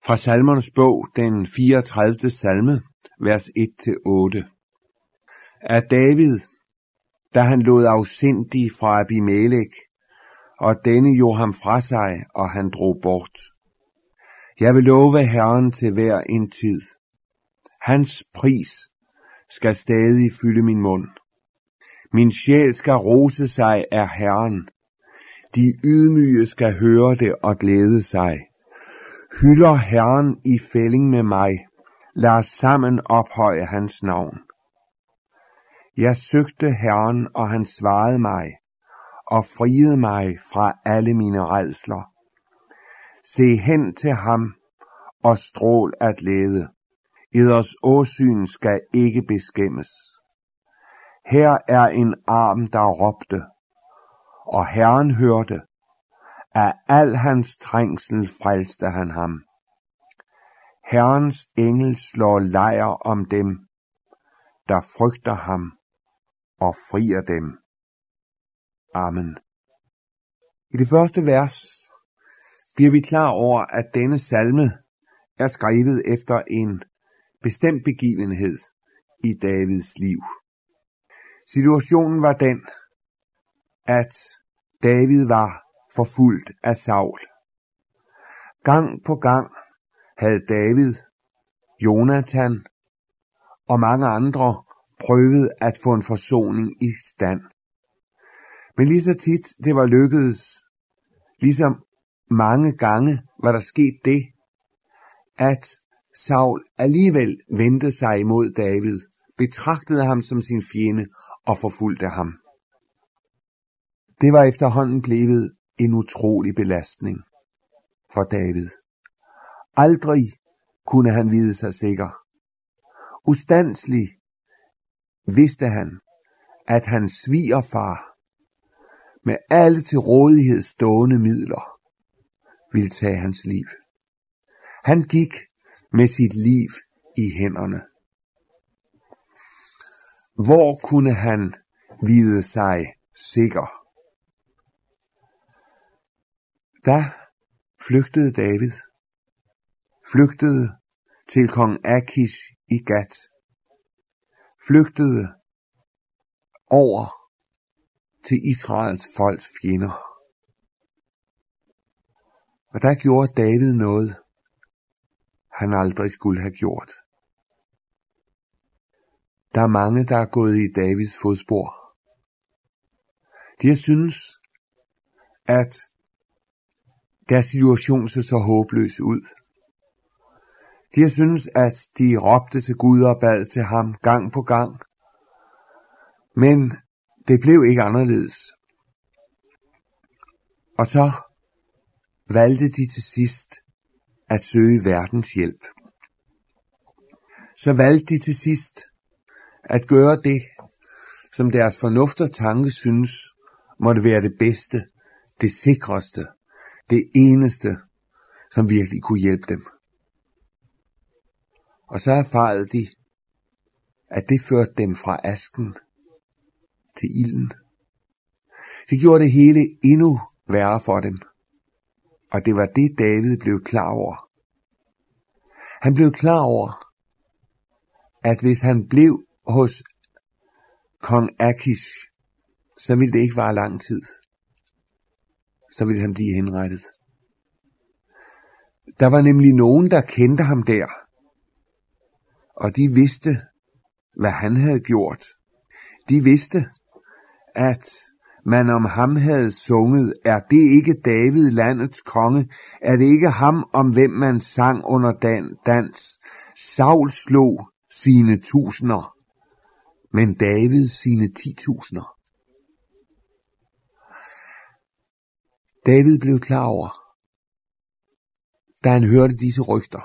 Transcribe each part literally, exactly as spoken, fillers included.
Fra Salmernes bog, den fireogtredivte salme, vers et til otte. Af David, da han lod afsindig fra Abimelek, og denne jo ham fra sig, og han drog bort. Jeg vil love Herren til hver en tid. Hans pris skal stadig fylde min mund. Min sjæl skal rose sig af Herren. De ydmyge skal høre det og glæde sig. Hylder Herren i fælling med mig. Lad os sammen ophøje hans navn. Jeg søgte Herren, og han svarede mig, og friede mig fra alle mine rædsler. Se hen til ham, og strål af glæde. Eders åsyn skal ikke beskæmmes. Her er en arm, der råbte, og Herren hørte. Af al hans trængsel frelste han ham. Herrens engel slår lejr om dem, der frygter ham og frier dem. Amen. I det første vers bliver vi klar over, at denne salme er skrevet efter en bestemt begivenhed i Davids liv. Situationen var den, at David var forfulgt af Saul. Gang på gang havde David, Jonathan og mange andre prøvet at få en forsoning i stand. Men lige så tit det var lykkedes, ligesom mange gange var der sket det, at Saul alligevel vendte sig imod David, betragtede ham som sin fjende og forfulgte ham. Det var efterhånden blevet en utrolig belastning for David. Aldrig kunne han vide sig sikker. Ustandselig vidste han, at hans svigerfar med alle til rådighed stående midler ville tage hans liv. Han gik med sit liv i hænderne. Hvor kunne han vide sig sikker? Da flygtede David, flygtede til kong Akish i Gat, flygtede over til Israels folks fjender. Og der gjorde David noget, han aldrig skulle have gjort. Der er mange, der er gået i Davids fodspor. De har synes, at deres situation så så håbløs ud. De har synes, at de råbte til Gud og bad til ham gang på gang. Men det blev ikke anderledes. Og så valgte de til sidst at søge verdens hjælp. Så valgte de til sidst at gøre det, som deres fornuft og tanke synes måtte være det bedste, det sikreste, det eneste, som virkelig kunne hjælpe dem. Og så erfarede de, at det førte dem fra asken til ilden. Det gjorde det hele endnu værre for dem. Og det var det, David blev klar over. Han blev klar over, at hvis han blev hos kong Akish, så ville det ikke vare lang tid. Så ville han blive henrettet. Der var nemlig nogen, der kendte ham der, og de vidste, hvad han havde gjort. De vidste, at man om ham havde sunget, er det ikke David, landets konge? Er det ikke ham, om hvem man sang under dan- dans? Saul slog sine tusinder, men David sine titusinder. David blev klar over, da han hørte disse rygter,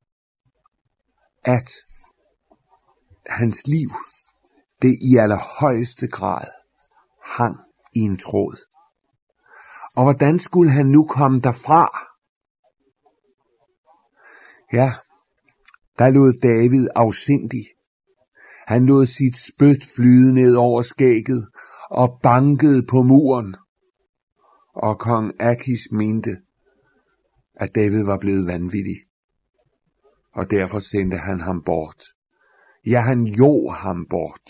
at hans liv, det i allerhøjeste grad hang i en tråd. Og hvordan skulle han nu komme derfra? Ja, der lod David afsindig. Han lod sit spyt flyde ned over skægget og bankede på muren. Og kong Akish mente, at David var blevet vanvittig. og derfor sendte han ham bort. Ja, han jog ham bort.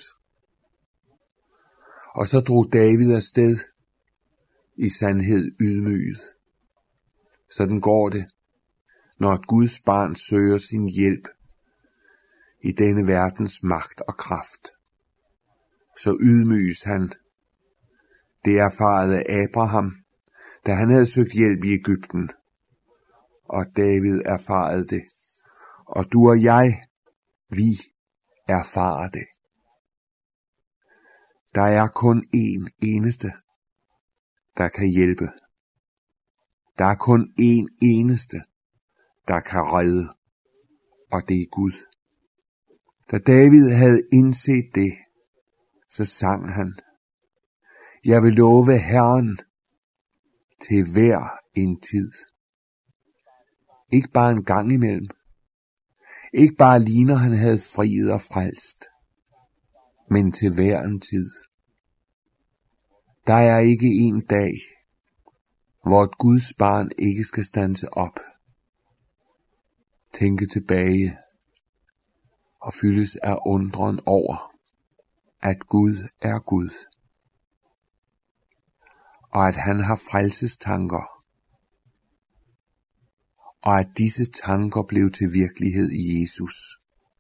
Og så drog David afsted, i sandhed ydmyget. Sådan går det, når et Guds barn søger sin hjælp i denne verdens magt og kraft. Så ydmyges han. Det erfarede Abraham, da han havde søgt hjælp i Egypten. Og David erfarede det. Og du og jeg, vi erfarer det. Der er kun én eneste, der kan hjælpe. Der er kun én eneste, der kan redde, og det er Gud. Da David havde indset det, så sang han: Jeg vil love Herren til hver en tid. Ikke bare en gang imellem. Ikke bare lige når han havde friet og frelst, men til hver en tid. Der er ikke en dag, hvor et Guds barn ikke skal standse op, tænke tilbage og fyldes af undren over, at Gud er Gud, og at han har frelsestanker, og at disse tanker blev til virkelighed i Jesus.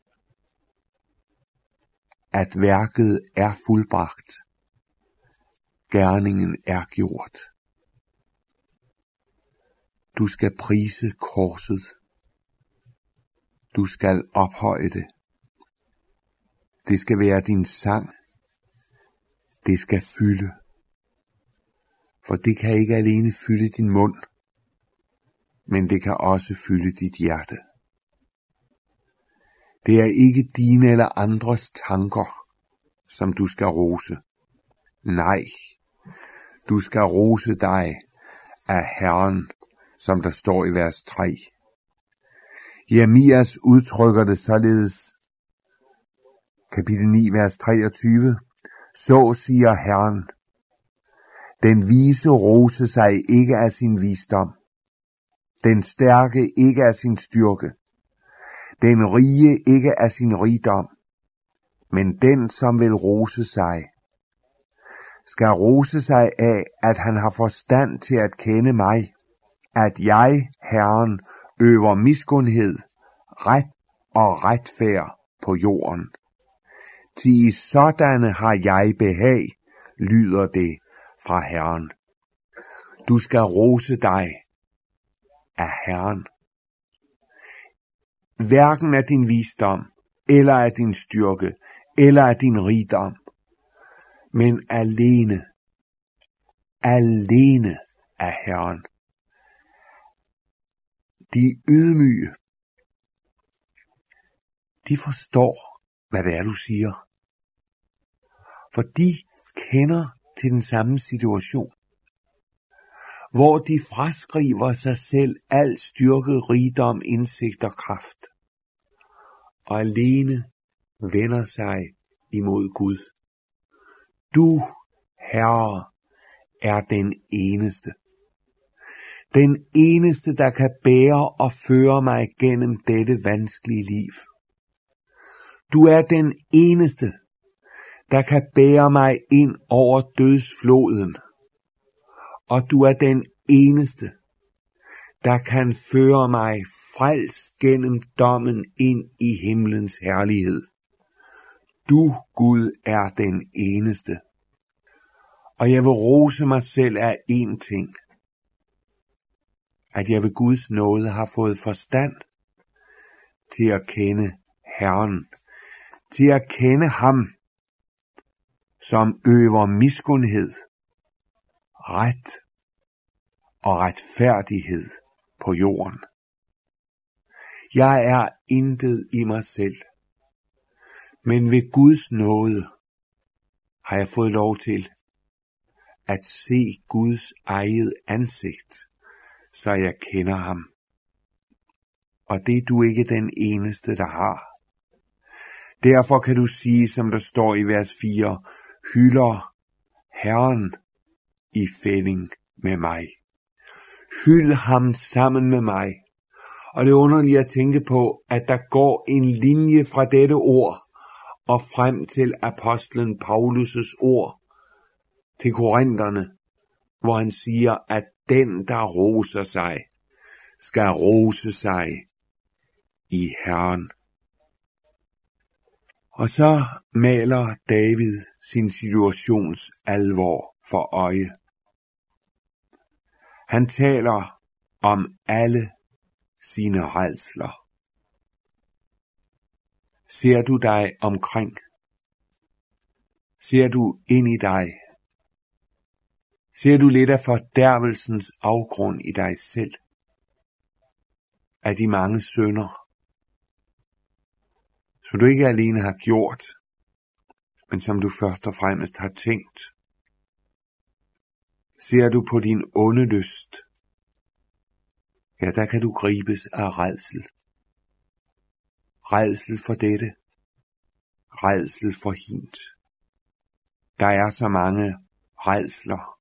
At værket er fuldbragt, gerningen er gjort. Du skal prise korset. Du skal ophøje det. Det skal være din sang. Det skal fylde. For det kan ikke alene fylde din mund, men det kan også fylde dit hjerte. Det er ikke dine eller andres tanker, som du skal rose. Nej, du skal rose dig af Herren, som der står i vers tre. Jeremias udtrykker det således, kapitel ni, vers treogtyve. Så siger Herren: Den vise rose sig ikke af sin visdom, den stærke ikke af sin styrke, den rige ikke af sin rigdom, men den, som vil rose sig, skal rose sig af, at han har forstand til at kende mig, at jeg, Herren, øver miskundhed, ret og retfærd på jorden. Til sådanne har jeg behag, lyder det fra Herren. Du skal rose dig af Herren. Hverken af din visdom, eller af din styrke, eller af din rigdom, men alene, alene af Herren. De ydmyge, de forstår, hvad det er, du siger. For de kender til den samme situation, hvor de fraskriver sig selv al styrke, rigdom, indsigt og kraft, og alene vender sig imod Gud. Du, Herre, er den eneste. Den eneste, der kan bære og føre mig gennem dette vanskelige liv. Du er den eneste, der kan bære mig ind over dødsfloden. Og du er den eneste, der kan føre mig frelst gennem dommen ind i himlens herlighed. Du, Gud, er den eneste. Og jeg vil rose mig selv af én ting. At jeg ved Guds nåde har fået forstand til at kende Herren. Til at kende ham, som øver miskundhed, ret og retfærdighed på jorden. Jeg er intet i mig selv, men ved Guds nåde har jeg fået lov til at se Guds eget ansigt, så jeg kender ham. Og det er du ikke den eneste, der har. Derfor kan du sige, som der står i vers fire, hylder Herren i fælling med mig. Hyld ham sammen med mig, Og det er underligt at tænke på, at der går en linje fra dette ord og frem til apostlen Paulus' ord til korinterne, hvor han siger, at den, der roser sig, skal rose sig i Herren. Og så maler David sin situations alvor for øje. Han taler om alle sine rædsler. Ser du dig omkring? Ser du ind i dig? Ser du lidt af fordærvelsens afgrund i dig selv? Af de mange synder, som du ikke alene har gjort, men som du først og fremmest har tænkt? Ser du på din onde lyst? Ja, der kan du gribes af rædsel. Rædsel for dette. Rædsel for hint. Der er så mange rædsler.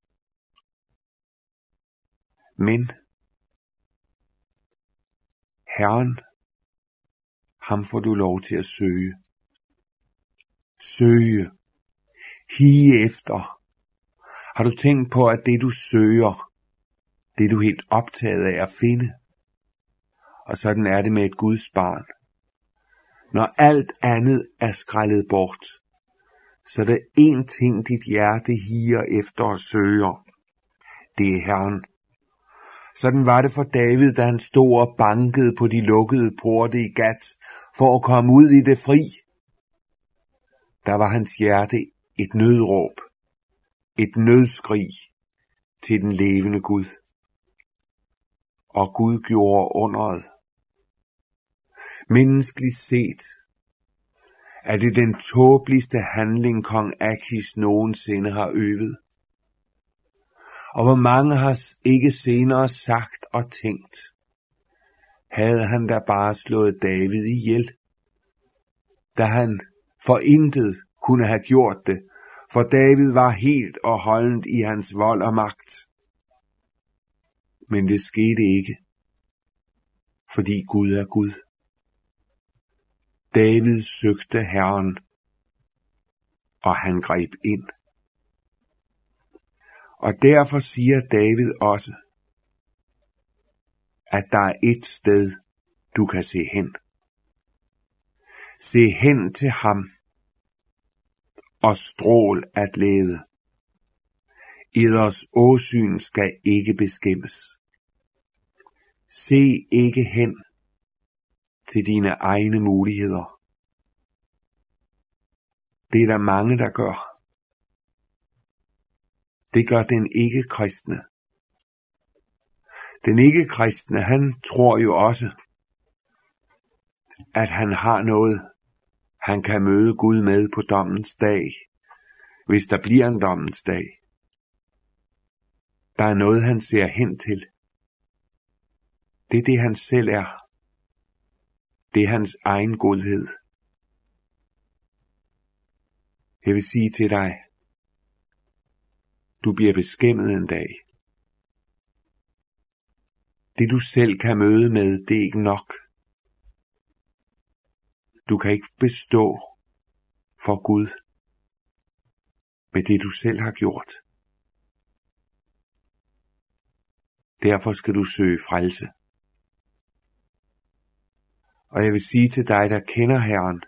Men Herren, ham får du lov til at søge. Søge. Hige efter. Har du tænkt på, at det du søger, det er du helt optaget af at finde? Og sådan er det med et Guds barn. Når alt andet er skrællet bort, så er der én ting, dit hjerte higer efter og søger. Det er Herren. Sådan var det for David, da han stod og bankede på de lukkede porte i Gat for at komme ud i det fri. Der var hans hjerte et nødråb, et nødskrig til den levende Gud. Og Gud gjorde underet. Menneskeligt set er det den tåbeligste handling, kong Akis nogensinde har øvet. Og hvor mange har ikke senere sagt og tænkt, havde han da bare slået David ihjel, da han for intet kunne have gjort det, for David var helt og holdent i hans vold og magt. Men det skete ikke, fordi Gud er Gud. David søgte Herren, og han greb ind. Og derfor siger David også, at der er et sted, du kan se hen. Se hen til ham, og strål at lede. Eders åsyn skal ikke beskæmmes. Se ikke hen til dine egne muligheder. Det er der mange, der gør. Det gør den ikke-kristne. Den ikke-kristne, han tror jo også, at han har noget, han kan møde Gud med på dommens dag, hvis der bliver en dommens dag. Der er noget, han ser hen til. Det er det, han selv er. Det er hans egen godhed. Jeg vil sige til dig, du bliver beskæmmet en dag. Det du selv kan møde med, det er ikke nok. Du kan ikke bestå for Gud med det du selv har gjort. Derfor skal du søge frelse. Og jeg vil sige til dig, der kender Herren,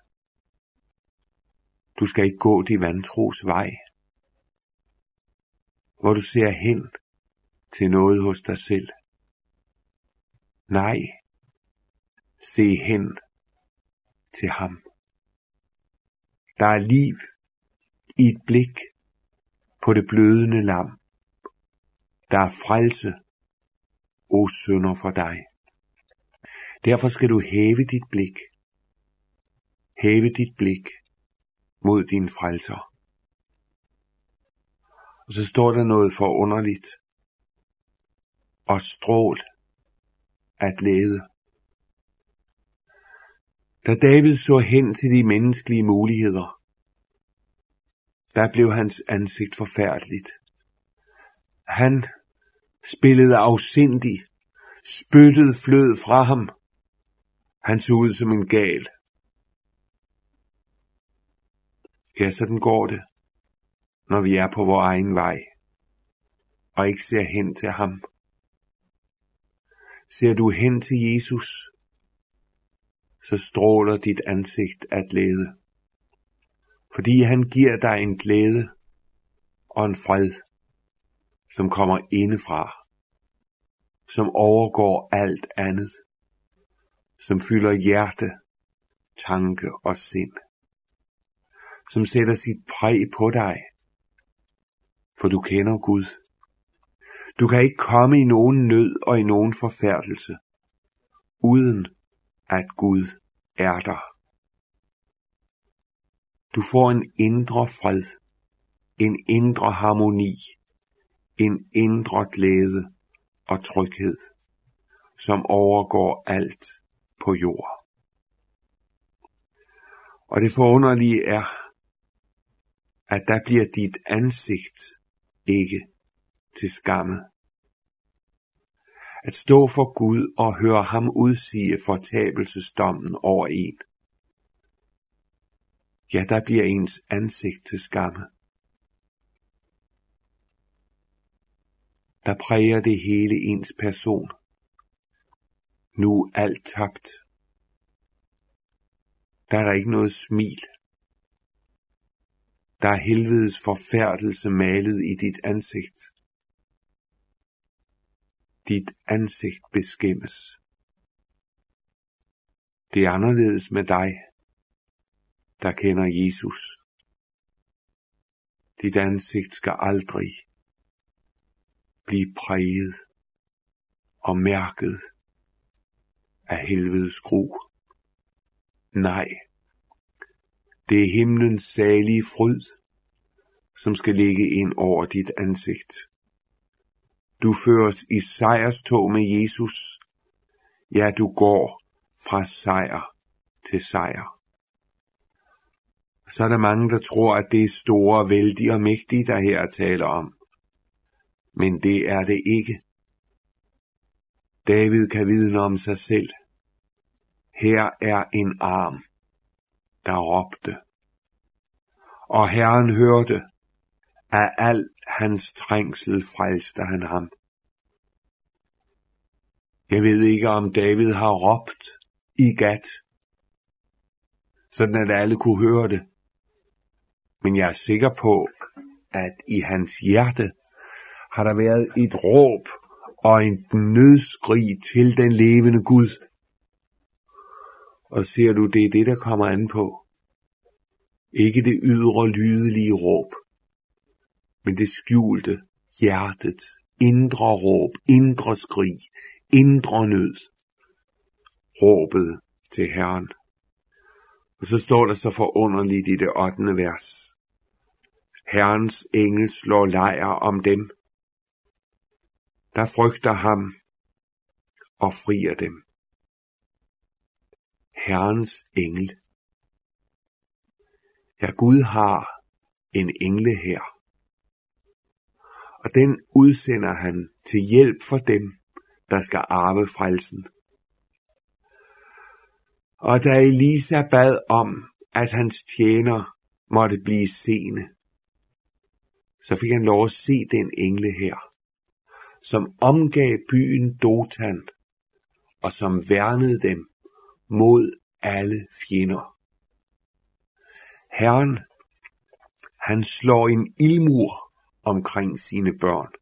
du skal ikke gå de vantros vej, hvor du ser hen til noget hos dig selv. Nej, se hen til ham. Der er liv i et blik på det blødende lam. Der er frelse, o synder, for dig. Derfor skal du hæve dit blik. Hæve dit blik mod din frelser. Og så står der noget forunderligt. Og strål at lede. Da David så hen til de menneskelige muligheder, der blev hans ansigt forfærdeligt. Han spillede afsindig, spyttet flød fra ham, Han så ud som en gal. Ja, sådan går det, når vi er på vores egen vej, og ikke ser hen til ham. Ser du hen til Jesus, så stråler dit ansigt af glæde, fordi han giver dig en glæde og en fred, som kommer indefra, som overgår alt andet, som fylder hjerte, tanke og sind, som sætter sit præg på dig, for du kender Gud. Du kan ikke komme i nogen nød og i nogen forfærdelse, uden at Gud er der. Du får en indre fred, en indre harmoni, en indre glæde og tryghed, som overgår alt på jord. Og det forunderlige er, at der bliver dit ansigt ikke til skamme. At stå for Gud og høre ham udsige fortabelsesdommen over en. Ja, der bliver ens ansigt til skamme. Der præger det hele ens person. Nu er alt tabt. Der er der ikke noget smil. Der er helvedes forfærdelse malet i dit ansigt. Dit ansigt beskæmmes. Det er anderledes med dig, der kender Jesus. Dit ansigt skal aldrig blive præget og mærket af helvedes gru. Nej, det er himlens salige fryd, som skal ligge ind over dit ansigt. Du føres i sejrstog med Jesus. Ja, du går fra sejr til sejr. Så er der mange, der tror, at det er store, vældige og mægtige, der her taler om. Men det er det ikke. David kan vidne om sig selv. Her er en arm, der råbte. Og Herren hørte, af al hans trængsel frelste han ham. Jeg ved ikke, om David har råbt i Gat, sådan at alle kunne høre det. Men jeg er sikker på, at i hans hjerte har der været et råb og en nødskrig til den levende Gud. Og ser du, det er det, der kommer an på. Ikke det ydre lydelige råb, men det skjulte, hjertets indre råb, indre skrig, indre nød. Råbet til Herren. Og så står der så forunderligt i det ottende vers. Herrens engel slår lejr om dem, der frygter ham og frier dem. Herrens engel. Ja, Gud har en engle her. Og den udsender han til hjælp for dem, der skal arve frelsen. Og da Elisa bad om, at hans tjener måtte blive seende, så fik han lov at se den engle her, som omgav byen Dotan, og som værnede dem mod alle fjender. Herren, han slår en ildmur omkring sine børn.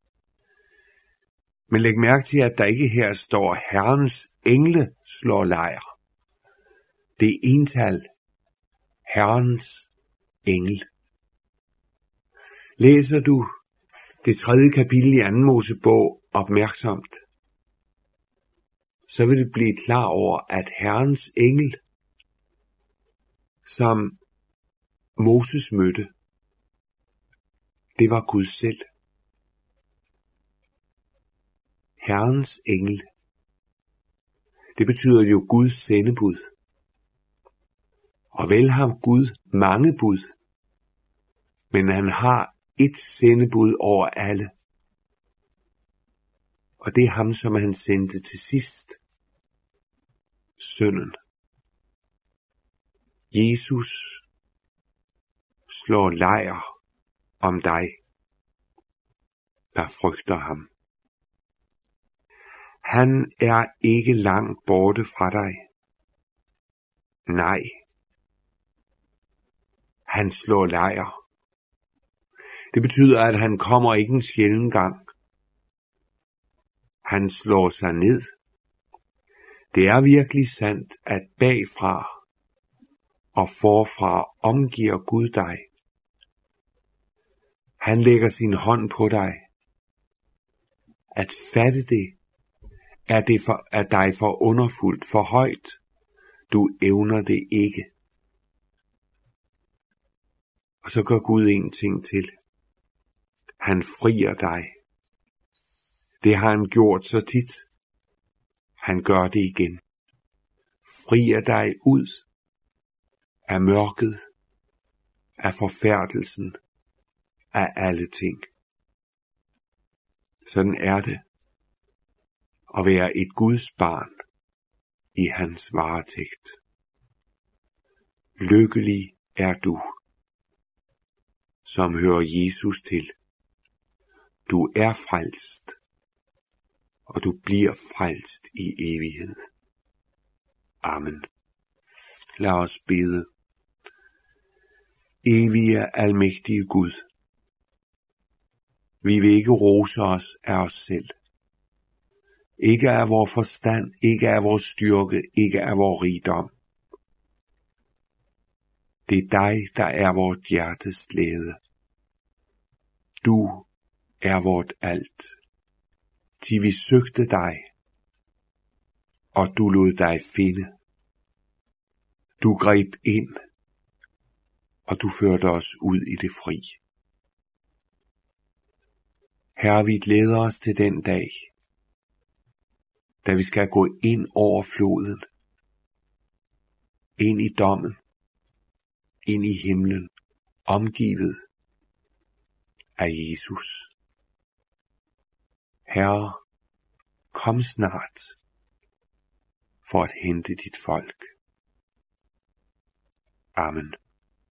Men læg mærke til, at der ikke her står, Herrens engle slår lejr. Det er ental. Herrens engel. Læser du det tredje kapitel i anden Mosebog opmærksomt, så vil du blive klar over, at Herrens engel, som Moses mødte, det var Gud selv. Herrens engel. Det betyder jo Guds sendebud. Og vel har Gud mange bud, men han har et sendebud over alle. Og det er ham, som han sendte til sidst, synden. Jesus slår lejr om dig, der frygter ham. Han er ikke langt borte fra dig. Nej, han slår lejr. Det betyder, at han kommer ikke en sjælden gang. Han slår sig ned. Det er virkelig sandt, at bagfra og forfra omgiver Gud dig. Han lægger sin hånd på dig. At fatte det, er det for, er dig for underfuldt, for højt. Du evner det ikke. Og så gør Gud en ting til. Han frier dig. Det har han gjort så tit. Han gør det igen. Frier dig ud af mørket, af forfærdelsen, af alle ting. Sådan er det at være et Guds barn i hans varetægt. Lykkelig er du, som hører Jesus til. Du er frelst, og du bliver frelst i evighed. Amen. Lad os bede. Evige, almægtige Gud, vi vil ikke rose os af os selv. Ikke af vor forstand, ikke af vores styrke, ikke af vor rigdom. Det er dig, der er vort hjertes glæde. Du er vort alt. Til vi søgte dig, og du lod dig finde. Du greb ind, og du førte os ud i det fri. Herre, vi glæder os til den dag, da vi skal gå ind over floden, ind i dommen, ind i himlen, omgivet af Jesus. Herre, kom snart for at hente dit folk. Amen.